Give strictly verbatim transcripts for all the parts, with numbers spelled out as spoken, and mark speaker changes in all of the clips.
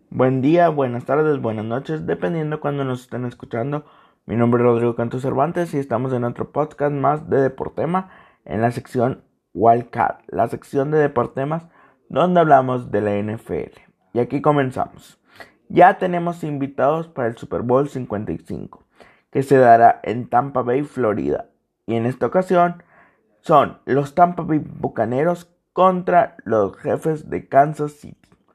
Speaker 1: Buen día, buenas tardes, buenas noches, dependiendo cuando nos estén escuchando. Mi nombre es Rodrigo Canto Cervantes y estamos en otro podcast más de Deportema en la sección Wildcat, la sección de Deportemas donde hablamos de la N F L. Y aquí comenzamos. Ya tenemos invitados para el Super Bowl cincuenta y cinco, que se dará en Tampa Bay, Florida. Y en esta ocasión son los Tampa Bay Bucaneros contra los Jefes de Kansas City.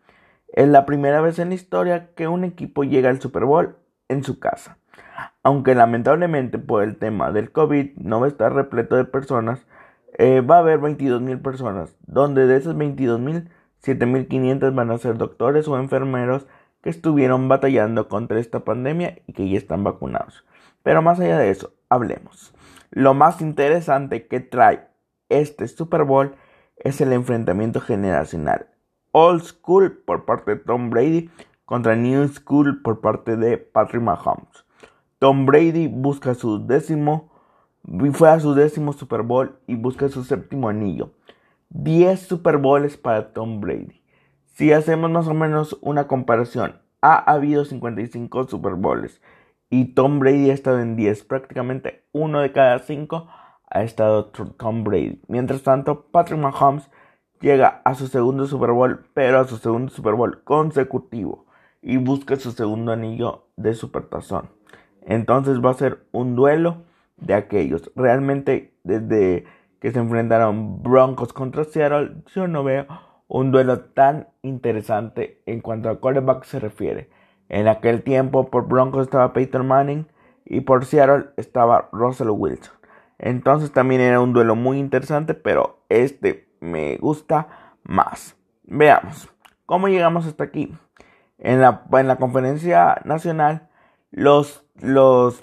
Speaker 1: Es la primera vez en la historia que un equipo llega al Super Bowl en su casa. Aunque lamentablemente por el tema del COVID no va a estar repleto de personas, eh, va a haber veintidós mil personas, donde de esas veintidós mil, siete mil quinientos van a ser doctores o enfermeros que estuvieron batallando contra esta pandemia y que ya están vacunados. Pero más allá de eso, hablemos. Lo más interesante que trae este Super Bowl es el enfrentamiento generacional. Old School por parte de Tom Brady contra New School por parte de Patrick Mahomes. Tom Brady busca su décimo, fue a su décimo Super Bowl y busca su séptimo anillo. diez Super Bowls para Tom Brady. Si hacemos más o menos una comparación, ha habido cincuenta y cinco Super Bowls y Tom Brady ha estado en diez. Prácticamente uno de cada cinco ha estado Tom Brady. Mientras tanto, Patrick Mahomes llega a su segundo Super Bowl, pero a su segundo Super Bowl consecutivo y busca su segundo anillo de Supertazón. Entonces va a ser un duelo de aquellos. Realmente desde que se enfrentaron Broncos contra Seattle, yo no veo un duelo tan interesante en cuanto a quarterback se refiere. En aquel tiempo por Broncos estaba Peyton Manning y por Seattle estaba Russell Wilson. Entonces también era un duelo muy interesante, pero este me gusta más. Veamos cómo llegamos hasta aquí. En la, en la conferencia nacional, los, los,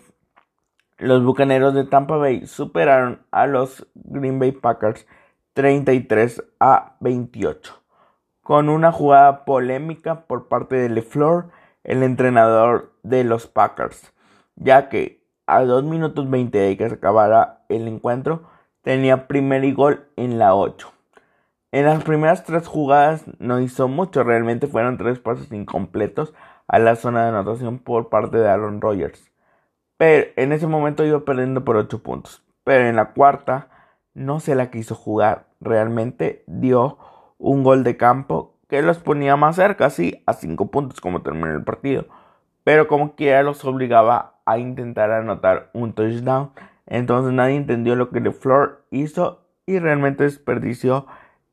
Speaker 1: los Bucaneros de Tampa Bay superaron a los Green Bay Packers treinta y tres a veintiocho. Con una jugada polémica por parte de LeFleur, el entrenador de los Packers, ya que a dos minutos veinte de que se acabara el encuentro, tenía primer y gol en la ocho. En las primeras tres jugadas no hizo mucho, realmente fueron tres pases incompletos a la zona de anotación por parte de Aaron Rodgers. Pero en ese momento iba perdiendo por ocho puntos. Pero en la cuarta no se la quiso jugar. Realmente dio un gol de campo que los ponía más cerca, sí, a cinco puntos como terminó el partido. Pero como quiera los obligaba a intentar anotar un touchdown. Entonces nadie entendió lo que LeFleur hizo y realmente desperdició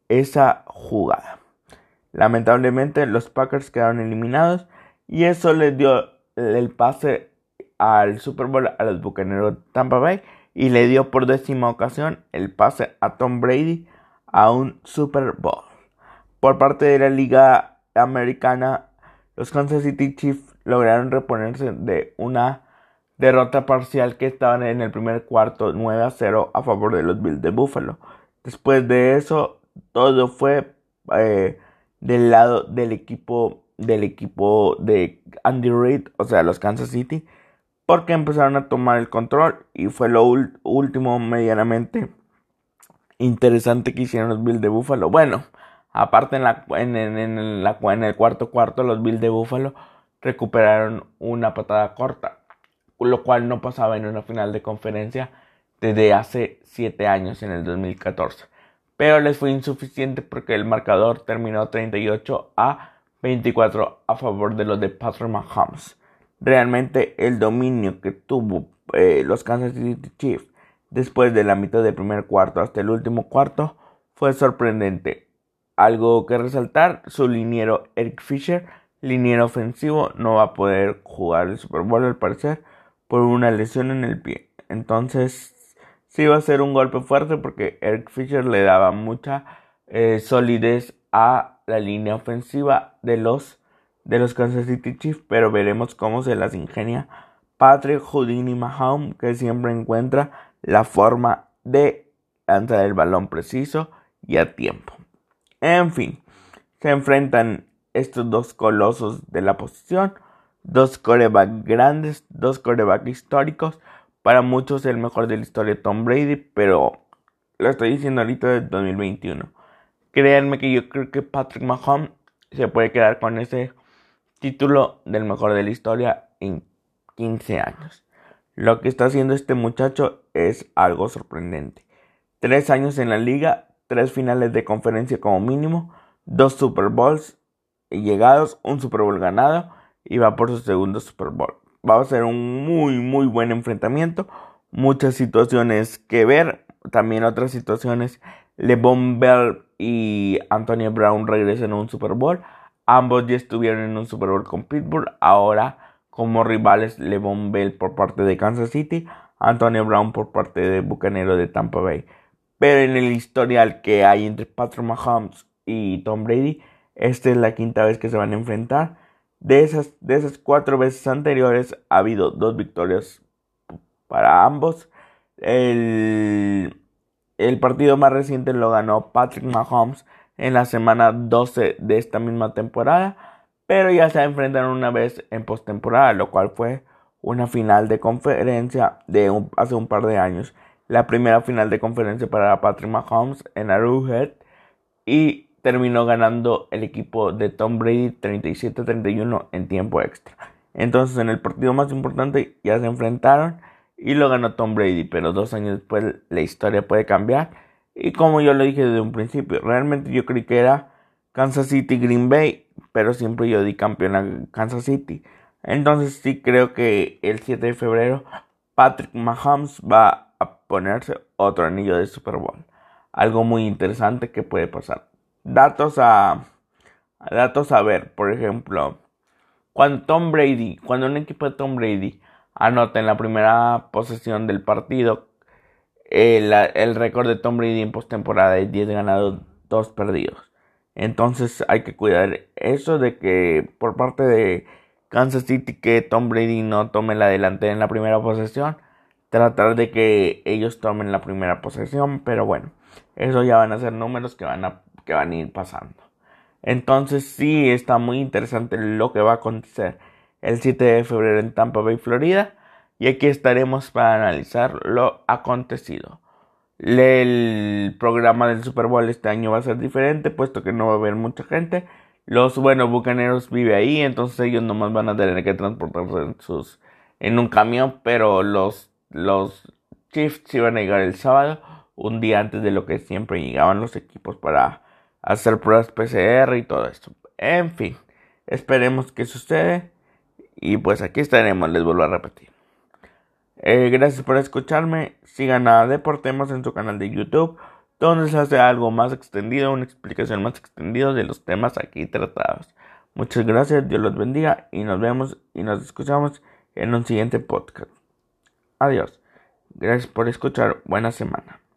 Speaker 1: esa jugada. Lamentablemente los Packers quedaron eliminados y eso les dio el pase al Super Bowl a los Bucaneros de Tampa Bay y le dio por décima ocasión el pase a Tom Brady a un Super Bowl. Por parte de la Liga Americana, los Kansas City Chiefs lograron reponerse de una derrota parcial que estaban en el primer cuarto nueve a cero a favor de los Bills de Buffalo. Después de eso todo fue eh, del lado del equipo del equipo de Andy Reid, o sea, los Kansas City, porque empezaron a tomar el control y fue lo ul- último medianamente interesante que hicieron los Bills de Buffalo. Bueno, aparte en la en, en, en la en el cuarto cuarto los Bills de Buffalo recuperaron una patada corta, lo cual no pasaba en una final de conferencia desde hace siete años, en el dos mil catorce. Pero les fue insuficiente porque el marcador terminó treinta y ocho a veinticuatro a favor de los de Patrick Mahomes. Realmente el dominio que tuvo eh, los Kansas City Chiefs después de la mitad del primer cuarto hasta el último cuarto fue sorprendente. Algo que resaltar, su liniero Eric Fisher, liniero ofensivo, no va a poder jugar el Super Bowl al parecer por una lesión en el pie. Entonces sí va a ser un golpe fuerte porque Eric Fisher le daba mucha eh, solidez a la línea ofensiva de los, de los Kansas City Chiefs, pero veremos cómo se las ingenia Patrick Houdini Mahomes, que siempre encuentra la forma de lanzar el balón preciso y a tiempo. En fin, se enfrentan estos dos colosos de la posición, dos quarterbacks grandes, dos quarterbacks históricos. Para muchos el mejor de la historia Tom Brady, pero lo estoy diciendo ahorita del dos mil veintiuno. Créanme que yo creo que Patrick Mahomes se puede quedar con ese título del mejor de la historia en quince años. Lo que está haciendo este muchacho es algo sorprendente. Tres años en la liga, tres finales de conferencia como mínimo, dos Super Bowls llegados, un Super Bowl ganado y va por su segundo Super Bowl. Va a ser un muy muy buen enfrentamiento. Muchas situaciones que ver. También otras situaciones. LeVon Bell y Antonio Brown regresan a un Super Bowl. Ambos ya estuvieron en un Super Bowl con Pittsburgh. Ahora como rivales, LeVon Bell por parte de Kansas City, Antonio Brown por parte de Bucanero de Tampa Bay. Pero en el historial que hay entre Patrick Mahomes y Tom Brady, esta es la quinta vez que se van a enfrentar. De esas, de esas cuatro veces anteriores ha habido dos victorias para ambos. El, el partido más reciente lo ganó Patrick Mahomes en la semana doce de esta misma temporada, pero ya se enfrentaron una vez en postemporada, lo cual fue una final de conferencia de un, hace un par de años. La primera final de conferencia para Patrick Mahomes en Arrowhead, y terminó ganando el equipo de Tom Brady treinta y siete a treinta y uno en tiempo extra. Entonces en el partido más importante ya se enfrentaron y lo ganó Tom Brady, pero dos años después la historia puede cambiar. Y como yo lo dije desde un principio, realmente yo creí que era Kansas City Green Bay, pero siempre yo di campeón a Kansas City. Entonces sí creo que el siete de febrero Patrick Mahomes va a ponerse otro anillo de Super Bowl. Algo muy interesante que puede pasar. Datos a, datos a ver, por ejemplo, cuando Tom Brady, cuando un equipo de Tom Brady anota en la primera posesión del partido, el, el récord de Tom Brady en postemporada es diez ganados, dos perdidos. Entonces hay que cuidar eso de que por parte de Kansas City que Tom Brady no tome la delantera en la primera posesión. Tratar de que ellos tomen la primera posesión, pero bueno, eso ya van a ser números que van a, que van a ir pasando. Entonces sí está muy interesante lo que va a acontecer el siete de febrero en Tampa Bay, Florida, y aquí estaremos para analizar lo acontecido. El programa del Super Bowl este año va a ser diferente, puesto que no va a haber mucha gente. Los buenos bucaneros viven ahí, entonces ellos nomás van a tener que transportarse en, sus, en un camión, pero los Los Chiefs iban a llegar el sábado, un día antes de lo que siempre llegaban los equipos para hacer pruebas P C R y todo esto. En fin, esperemos que suceda. Y pues aquí estaremos, les vuelvo a repetir. Eh, gracias por escucharme. Sigan a Deportemos en su canal de YouTube, donde se hace algo más extendido, una explicación más extendida de los temas aquí tratados. Muchas gracias, Dios los bendiga y nos vemos y nos escuchamos en un siguiente podcast. Adiós. Gracias por escuchar. Buena semana.